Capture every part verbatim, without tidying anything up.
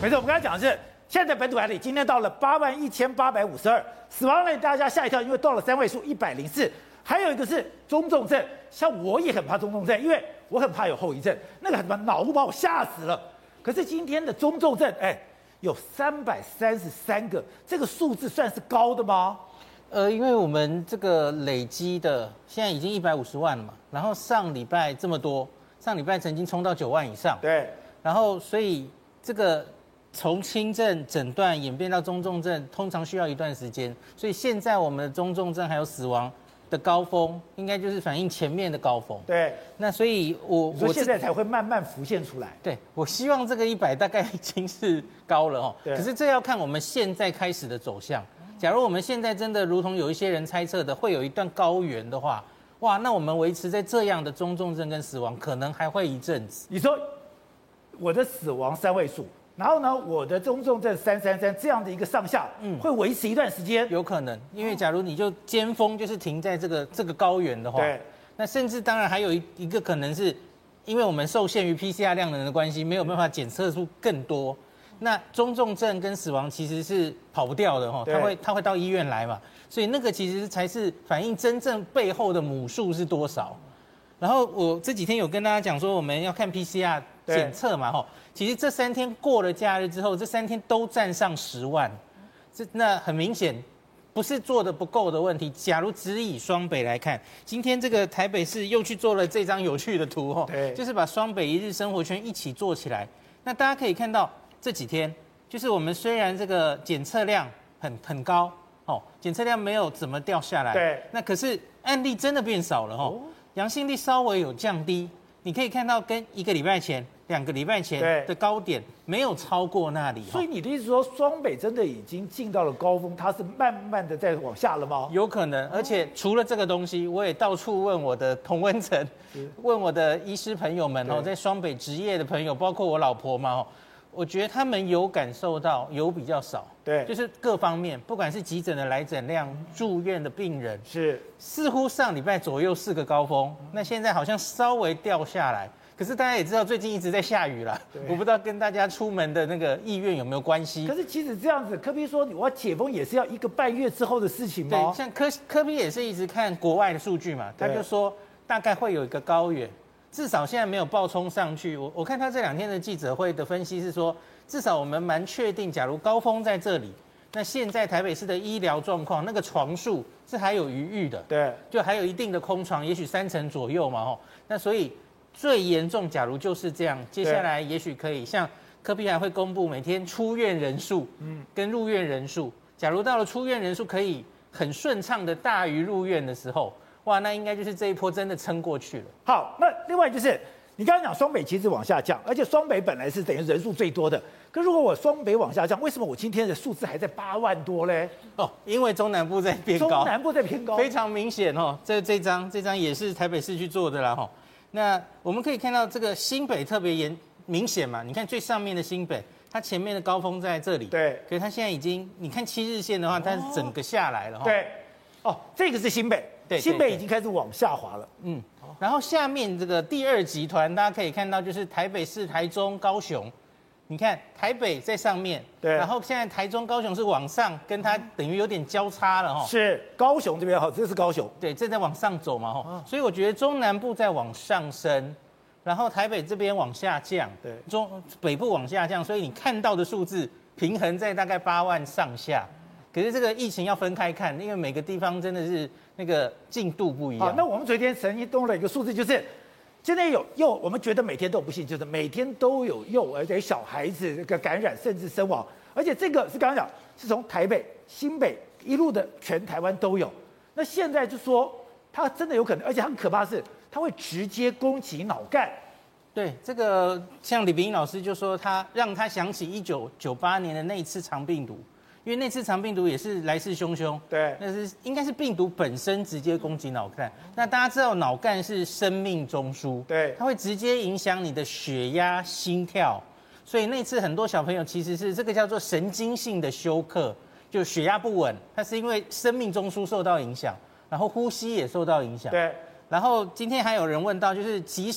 没错，我们刚才讲的是，现在本土案例今天到了八万一千八百五十二，死亡率大家吓一跳，因为到了三位数一百零四。还有一个是中重症，像我也很怕中重症，因为我很怕有后遗症，那个什么脑雾把我吓死了。可是今天的中重症，哎，有三百三十三个，这个数字算是高的吗？ 呃，因为我们这个累积的现在已经一百五十万了嘛，然后上礼拜这么多，上礼拜曾经冲到九万以上， 对， 然后所以这个从轻症诊断演变到中重症，通常需要一段时间，所以现在我们的中重症还有死亡的高峰，应该就是反映前面的高峰。 对， 那所以我我现在才会慢慢浮现出来。 对，我希望这个一百大概已经是高了哦，可是这要看我们现在开始的走向。假如我们现在真的如同有一些人猜测的，会有一段高原的话，哇，那我们维持在这样的中重症跟死亡，可能还会一阵子。 你说我的死亡三位数，然后呢，我的中重症三三三这样的一个上下，嗯，会维持一段时间， 有可能，因为假如你就尖峰就是停在这个这个高原的话， 对， 那甚至当然还有一一个可能是，因为我们受限于 P C R 量能的关系，没有办法检测出更多。那中重症跟死亡其实是跑不掉的哈，它会它会到医院来嘛，所以那个其实才是反映真正背后的母数是多少。然后我这几天有跟大家讲说，我们要看 P C R 检测嘛哈，其实这三天过了假日之后，这三天都站上十万，这那很明显不是做的不够的问题。假如只以双北来看，今天这个台北市又去做了这张有趣的图哈，就是把双北一日生活圈一起做起来，那大家可以看到。这几天就是我们虽然这个检测量很很高，哦，检测量没有怎么掉下来， 对， 那可是案例真的变少了哦，阳性率稍微有降低，你可以看到跟一个礼拜前、两个礼拜前的高点没有超过那里， 所以你的意思说双北真的已经进到了高峰，它是慢慢的在往下了吗？ 有可能，而且除了这个东西，我也到处问我的同温层，问我的医师朋友们哦，在双北执业的朋友，包括我老婆嘛哦。我觉得他们有感受到有比较少， 对， 就是各方面，不管是急诊的来诊量、住院的病人， 是似乎上礼拜左右是个高峰，那现在好像稍微掉下来。可是大家也知道，最近一直在下雨啦，我不知道跟大家出门的那个意愿有没有关系。 可是即使这样子，柯 P 说我要解封也是要一个半月之后的事情吗？ 对，像柯柯 P 也是一直看国外的数据嘛，他就说大概会有一个高原。至少现在没有爆冲上去，我我看他这两天的记者会的分析是说，至少我们蛮确定，假如高峰在这里，那现在台北市的医疗状况，那个床数是还有余裕的， 对， 就还有一定的空床，也许三成左右嘛，吼，那所以最严重，假如就是这样，接下来也许可以像柯 P 还会公布每天出院人数，嗯，跟入院人数，假如到了出院人数可以很顺畅的大于入院的时候。哇，那应该就是这一波真的撑过去了。 好，那另外就是你刚刚讲双北其实往下降，而且双北本来是等于人数最多的，可如果我双北往下降，为什么我今天的数字还在八万多嘞？ 哦，因为中南部在偏高， 中南部在偏高， 非常明显哦。这这张这张也是台北市去做的啦哈。那我们可以看到这个新北特别严明显嘛，你看最上面的新北，它前面的高峰在这里， 对， 可是它现在已经，你看七日线的话，它是整个下来了哈。 对，哦，这个是新北。 对， 新北已经开始往下滑了， 嗯，然后下面这个第二集团，大家可以看到就是台北市、台中、高雄，你看台北在上面， 对， 然后现在台中、高雄是往上，跟它等于有点交叉了哈。 是高雄这边哈，这是高雄， 对，正在往上走嘛哈，所以我觉得中南部在往上升，然后台北这边往下降， 对， 中北部往下降，所以你看到的数字平衡在大概八万上下。可是这个疫情要分开看，因为每个地方真的是那个进度不一样。 好，那我们昨天神一动了一个数字，就是现在有幼，我们觉得每天都有不幸，就是每天都有幼儿给小孩子这个感染甚至身亡，而且这个是刚刚讲是从台北、新北一路的全台湾都有。那现在就说它真的有可能，而且很可怕的是，它会直接攻击脑干。 对，这个像李炳英老师就说，他让他想起一九九八年的那一次肠病毒。因为那次肠病毒也是来势汹汹， 对， 那是应该是病毒本身直接攻击脑干。那大家知道脑干是生命中枢， 对， 它会直接影响你的血压、心跳。所以那次很多小朋友其实是这个叫做神经性的休克，就血压不稳，它是因为生命中枢受到影响，然后呼吸也受到影响。 对， 然后今天还有人问到，就是即使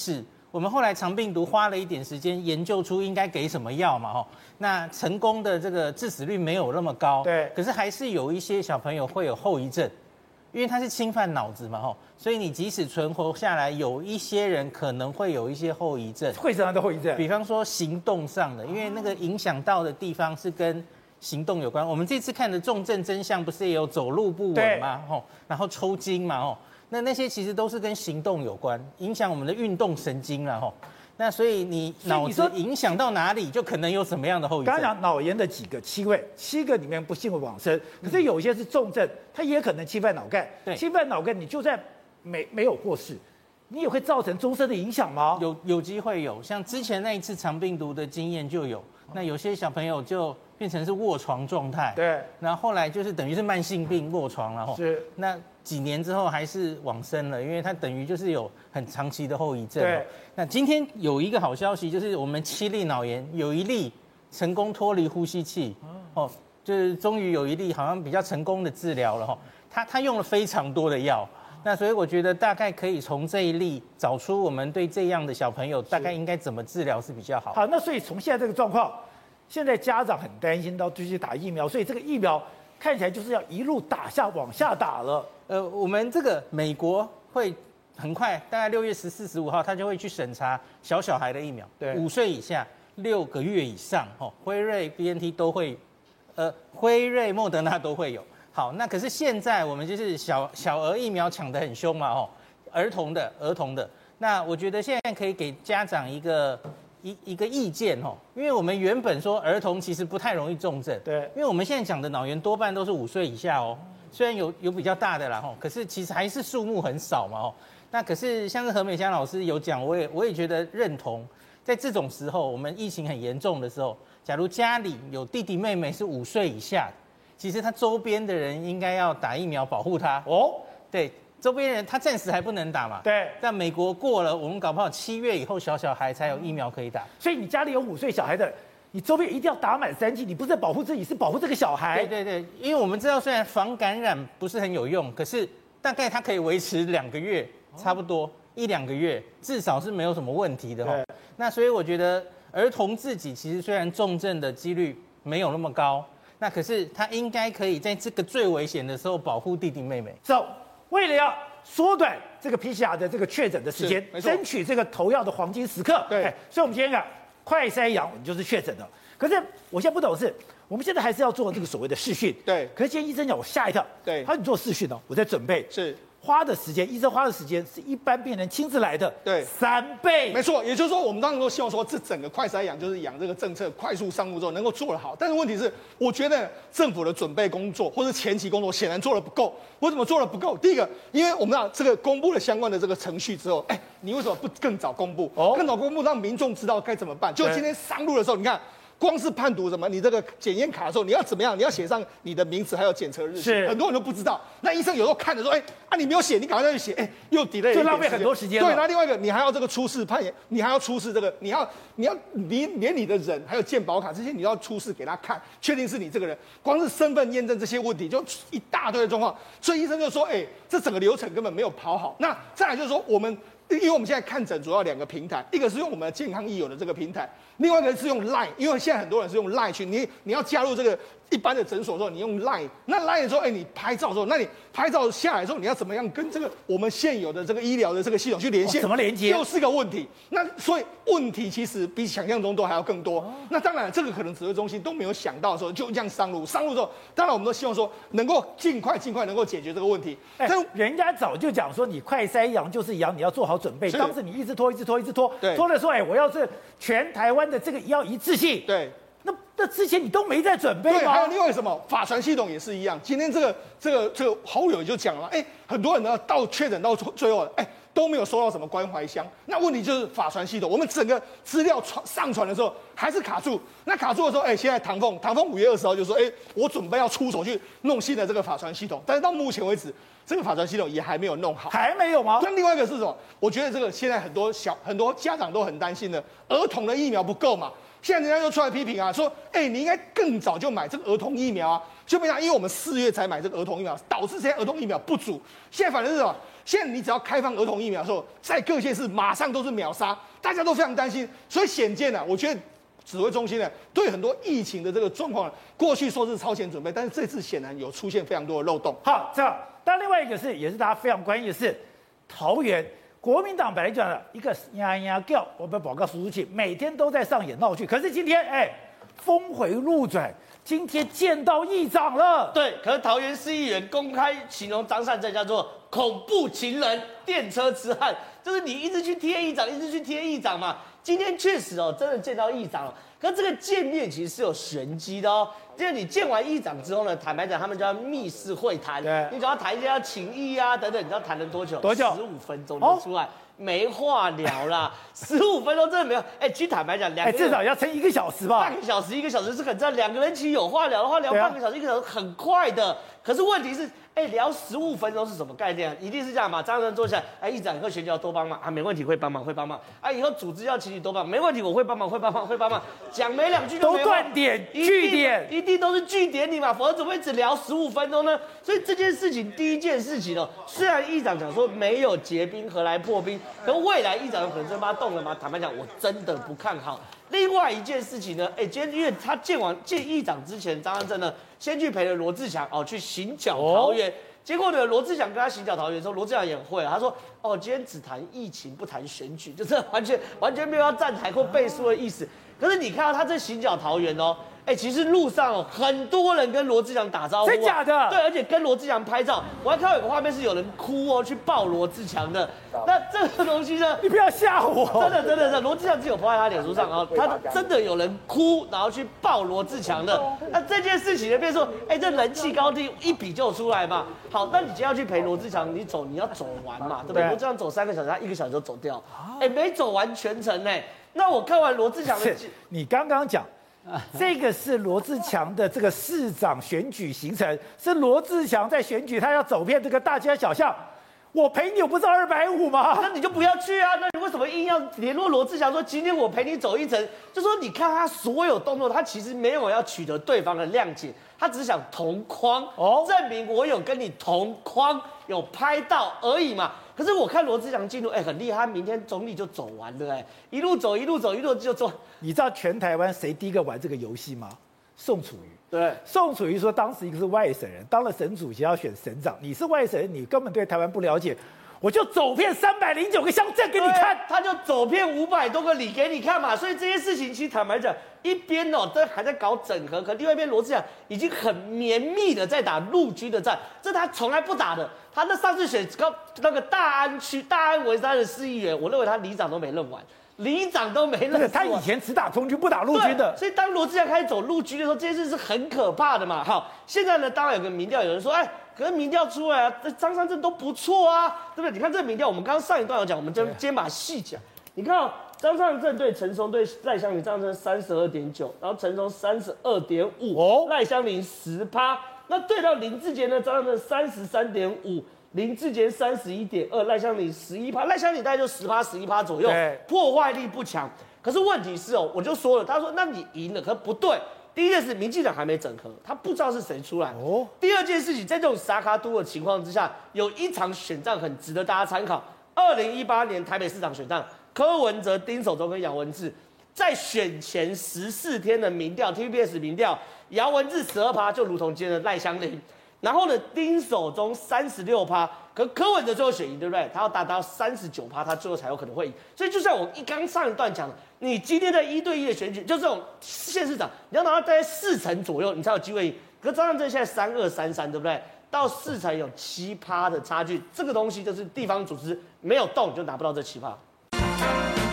我们后来肠病毒花了一点时间研究出应该给什么药嘛，吼，那成功的这个致死率没有那么高， 对， 可是还是有一些小朋友会有后遗症，因为它是侵犯脑子嘛，吼，所以你即使存活下来，有一些人可能会有一些后遗症， 会什么样的后遗症？ 比方说行动上的，因为那个影响到的地方是跟行动有关。我们这次看的重症真相不是也有走路不稳吗？吼，然后抽筋嘛，吼。那那些其实都是跟行动有关，影响我们的运动神经了吼。那所以你脑子影响到哪里，就可能有什么样的后遗症。 刚刚讲脑炎的几个七位，七个里面不幸往生，可是有些是重症，它也可能侵犯脑干。 对， 侵犯脑干，你就算没没有过世，你也会造成终身的影响吗？ 有有机会有，像之前那一次肠病毒的经验就有。那有些小朋友就变成是卧床状态， 对， 然后后来就是等于是慢性病卧床了吼。 是。 那几年之后还是往生了，因为他等于就是有很长期的后遗症。 对。 那今天有一个好消息，就是我们七例脑炎有一例成功脱离呼吸器，哦，就是终于有一例好像比较成功的治疗了哈。他他用了非常多的药。那所以我觉得大概可以从这一例找出我们对这样的小朋友大概应该怎么治疗是比较好。 好，那所以从现在这个状况，现在家长很担心到继续打疫苗，所以这个疫苗看起来就是要一路打下往下打了。 呃，我们这个美国会很快，大概六月十四、十五号，他就会去审查小小孩的疫苗， 对， 五岁以下、六个月以上，哦，辉瑞、B N T 都会，呃，辉瑞、莫德纳都会有。好，那可是现在我们就是小小儿疫苗抢得很凶嘛，哦，儿童的儿童的，那我觉得现在可以给家长一个一一个意见哦，因为我们原本说儿童其实不太容易重症， 对， 因为我们现在讲的脑炎多半都是五岁以下哦，虽然有有比较大的啦吼，可是其实还是数目很少嘛哦，那可是像是何美香老师有讲，我也我也觉得认同，在这种时候我们疫情很严重的时候，假如家里有弟弟妹妹是五岁以下的，其实他周边的人应该要打疫苗保护他哦。对，周边人他暂时还不能打嘛。 对。 但美国过了，我们搞不好七月以后小小孩才有疫苗可以打。 所以你家里有五岁小孩的，你周边一定要打满三剂，你不是在保护自己，是保护这个小孩。 对对对，因为我们知道虽然防感染不是很有用，可是大概它可以维持两个月，差不多一两个月，至少是没有什么问题的哈。那所以我觉得儿童自己其实虽然重症的几率没有那么高。那可是他应该可以在这个最危险的时候保护弟弟妹妹。 So， 为了要缩短这个 P C R 的这个确诊的时间，争取这个投药的黄金时刻， 对， 所以我们今天讲快筛阳，你就是确诊的。可是我现在不懂的是，我们现在还是要做这个所谓的视讯， 对。 可是今天医生讲我吓一跳， 对， 他说你做视讯哦，我在准备， 是。 花的时间，医生花的时间是一般病人亲自来的， 对， 三倍， 没错。也就是说，我们当然都希望说，这整个快筛阳就是养这个政策快速上路之后能够做得好。但是问题是，我觉得政府的准备工作或是前期工作显然做得不够。为什么做得不够？第一个，因为我们知道这个公布了相关的这个程序之后，哎，你为什么不更早公布？哦，更早公布让民众知道该怎么办。就今天上路的时候，你看。光是判读什么，你这个检验卡的时候，你要怎么样？你要写上你的名字，还有检测日期。 是， 很多人都不知道。那医生有时候看着说，哎、欸，啊，你没有写，你赶快再去写，哎、欸，又 delay， 就浪费很多时间。 对，那另外一个，你还要这个出示判，你还要出示这个，你要你要连连你的人还有健保卡这些，你要出示给他看，确定是你这个人。光是身份验证这些问题，就一大堆的状况。所以医生就说，哎、欸，这整个流程根本没有跑好。那再来就是说，我们。因为我们现在看诊主要两个平台，一个是用我们的健康益友的这个平台，另外一个是用 Line， 因为现在很多人是用 Line 去，你你要加入这个一般的诊所的时候，你用 Line， 那 Line 的时候，哎，你拍照的时候，那你拍照下来的时候，你要怎么样跟这个我们现有的这个医疗的这个系统去连线？ 怎么连接？ 又是个问题。那所以问题其实比想象中都还要更多。那当然，这个可能指挥中心都没有想到的时候，就这样上路，上路之后，当然我们都希望说能够尽快尽快能够解决这个问题。 哎，人家早就讲说，你快筛阳就是阳，你要做好准备。当时你一直拖，一直拖，一直拖，拖了说，哎，我要是全台湾的这个要一致性。 对。 那那之前你都没在准备吗？ 对，还有另外什么法传系统也是一样。今天这个这个这个侯友就讲了，哎，很多人呢到确诊到最后，哎。都没有收到什么关怀箱，那问题就是法传系统，我们整个资料传上传的时候还是卡住。那卡住的时候，哎，现在唐凤，唐凤五月二十号就说，哎，我准备要出手去弄新的这个法传系统，但是到目前为止，这个法传系统也还没有弄好， 还没有吗？ 那另外一个是什么？我觉得这个现在很多小很多家长都很担心的，儿童的疫苗不够嘛。现在人家又出来批评啊，说，哎，你应该更早就买这个儿童疫苗啊，就没想，因为我们四月才买这个儿童疫苗，导致现在儿童疫苗不足。现在反正是什么？现在你只要开放儿童疫苗的时候，在各县市马上都是秒杀， 大家都非常担心。所以显见呢、啊，我觉得指挥中心呢，对很多疫情的这个状况，过去说是超前准备，但是这次显然有出现非常多的漏洞。 好，这样，但另外一个是，也是大家非常关心的是，桃园国民党本来讲的一个呀呀叫，我们报告输出去，每天都在上演闹剧，可是今天哎，峰回路转。今天见到议长了， 对，可是桃园市议员公开形容张善政叫做恐怖情人、电车痴汉，就是你一直去贴议长，一直去贴议长嘛。今天确实哦，真的见到议长了，可这个见面其实是有玄机的哦。就是你见完议长之后呢，坦白讲，他们就要密室会谈，你只要谈一下情谊啊等等，你知道谈了多久？ 多久？ 十五分钟就出来。哦，没话聊啦，十五分钟真的没有。哎，其实坦白讲，两个人至少要撑一个小时吧。 半个小时，一个小时是很正常。两个人其实有话聊的话，聊半个小时、一个小时很快的。可是问题是，哎，聊十五分钟是什么概念？一定是这样嘛？张人坐下来，哎，议长以后选举要多帮忙啊，没问题，会帮忙，会帮忙。啊，以后组织要请你多帮忙，没问题，我会帮忙，会帮忙，会帮忙。讲没两句就没都断点、句点， 一定都是句点你嘛，否则怎么会只聊十五分钟呢？所以这件事情，第一件事情哦，虽然议长讲说没有结冰，何来破冰？可未来议长有可能真把他动了吗？坦白讲，我真的不看好。另外一件事情呢，哎，今天因为他见完见议长之前，张善政呢先去陪了罗志祥哦去行脚桃园，哦、结果呢罗志祥跟他行脚桃园的时候，罗志祥也很会啊，他说哦今天只谈疫情不谈选举，就是完全完全没有要站台或背书的意思。可是你看到他这行脚桃园哦。哎、欸，其实路上哦，很多人跟罗志祥打招呼、啊， 真假的？ 对，而且跟罗志祥拍照，我还看到有个画面是有人哭哦，去抱罗志祥的。那这个东西呢？ 你不要吓我！ 真的，真的是罗志祥只有抛在他脸书上，然后他真的有人哭，然后去抱罗志祥的。那这件事情呢，变成说，哎、欸，这人气高低一比就出来嘛。好，那你今天要去陪罗志祥，你走你要走完嘛，对不对？罗志祥走三个小时，他一个小时就走掉，哎、欸，没走完全程呢。那我看完罗志祥的， 你刚刚讲。这个是罗志强的这个市长选举行程，是罗志强在选举，他要走遍这个大街小巷。我陪你，我不是二百五吗？ 那你就不要去啊！那你为什么硬要联络罗志祥说今天我陪你走一程？就说你看他所有动作，他其实没有要取得对方的谅解，他只是想同框，哦，证明我有跟你同框，有拍到而已嘛。可是我看罗志祥进入，哎、欸，很厉害，他明天总理就走完了，哎，一路走一路走一路就走。 你知道全台湾谁第一个玩这个游戏吗？宋楚瑜。 对， 宋楚瑜说，当时一个是外省人，当了省主席要选省长，你是外省人，你根本对台湾不了解，我就走遍三百零九个乡镇给你看， 他就走遍五百多个里给你看嘛。所以这些事情其实坦白讲，一边哦都还在搞整合，可另外一边罗志祥已经很绵密的在打陆军的战，这他从来不打的。他那上次选高那个大安区大安文山的市议员，我认为他里长都没认完。里长都没认， 他以前只打空军不打陆军的， 所以当罗志祥开始走陆军的时候，这件事是很可怕的嘛。好，现在呢，当然有个民调，有人说，哎，可是民调出来啊，这张善政都不错啊，对不对？你看这个民调，我们刚刚上一段有讲，我们今今天把细讲。你看哦，张善政对陈松对赖香伶，张善政三十二点九，然后陈松三十二点五，赖香伶十趴。那对到林志杰呢，张善政三十三点五。林志杰三十一点二，赖香伶十一趴，赖香伶大概就十趴、十一趴左右，破坏力不强。可是问题是哦，我就说了，他说那你赢了，可是不对。第一件事，民进党还没整合，他不知道是谁出来。哦。第二件事情，在这种撒卡都的情况之下，有一场选战很值得大家参考。二零一八年台北市长选战，柯文哲、丁守中跟杨文智在选前十四天的民调 ，T V B S 民调，杨文智十二趴，就如同今天的赖香伶。然后呢，丁守中三十六趴，可柯文哲最后选赢，对不对？他要达到三十九趴，他最后才有可能会赢。所以就像我一刚上一段讲的，你今天在一对一的选举，就这种县市长，你要拿到大概四成左右，你才有机会赢。可张善政现在三二三三，对不对？到四成有七趴的差距，这个东西就是地方组织没有动，就拿不到这七趴。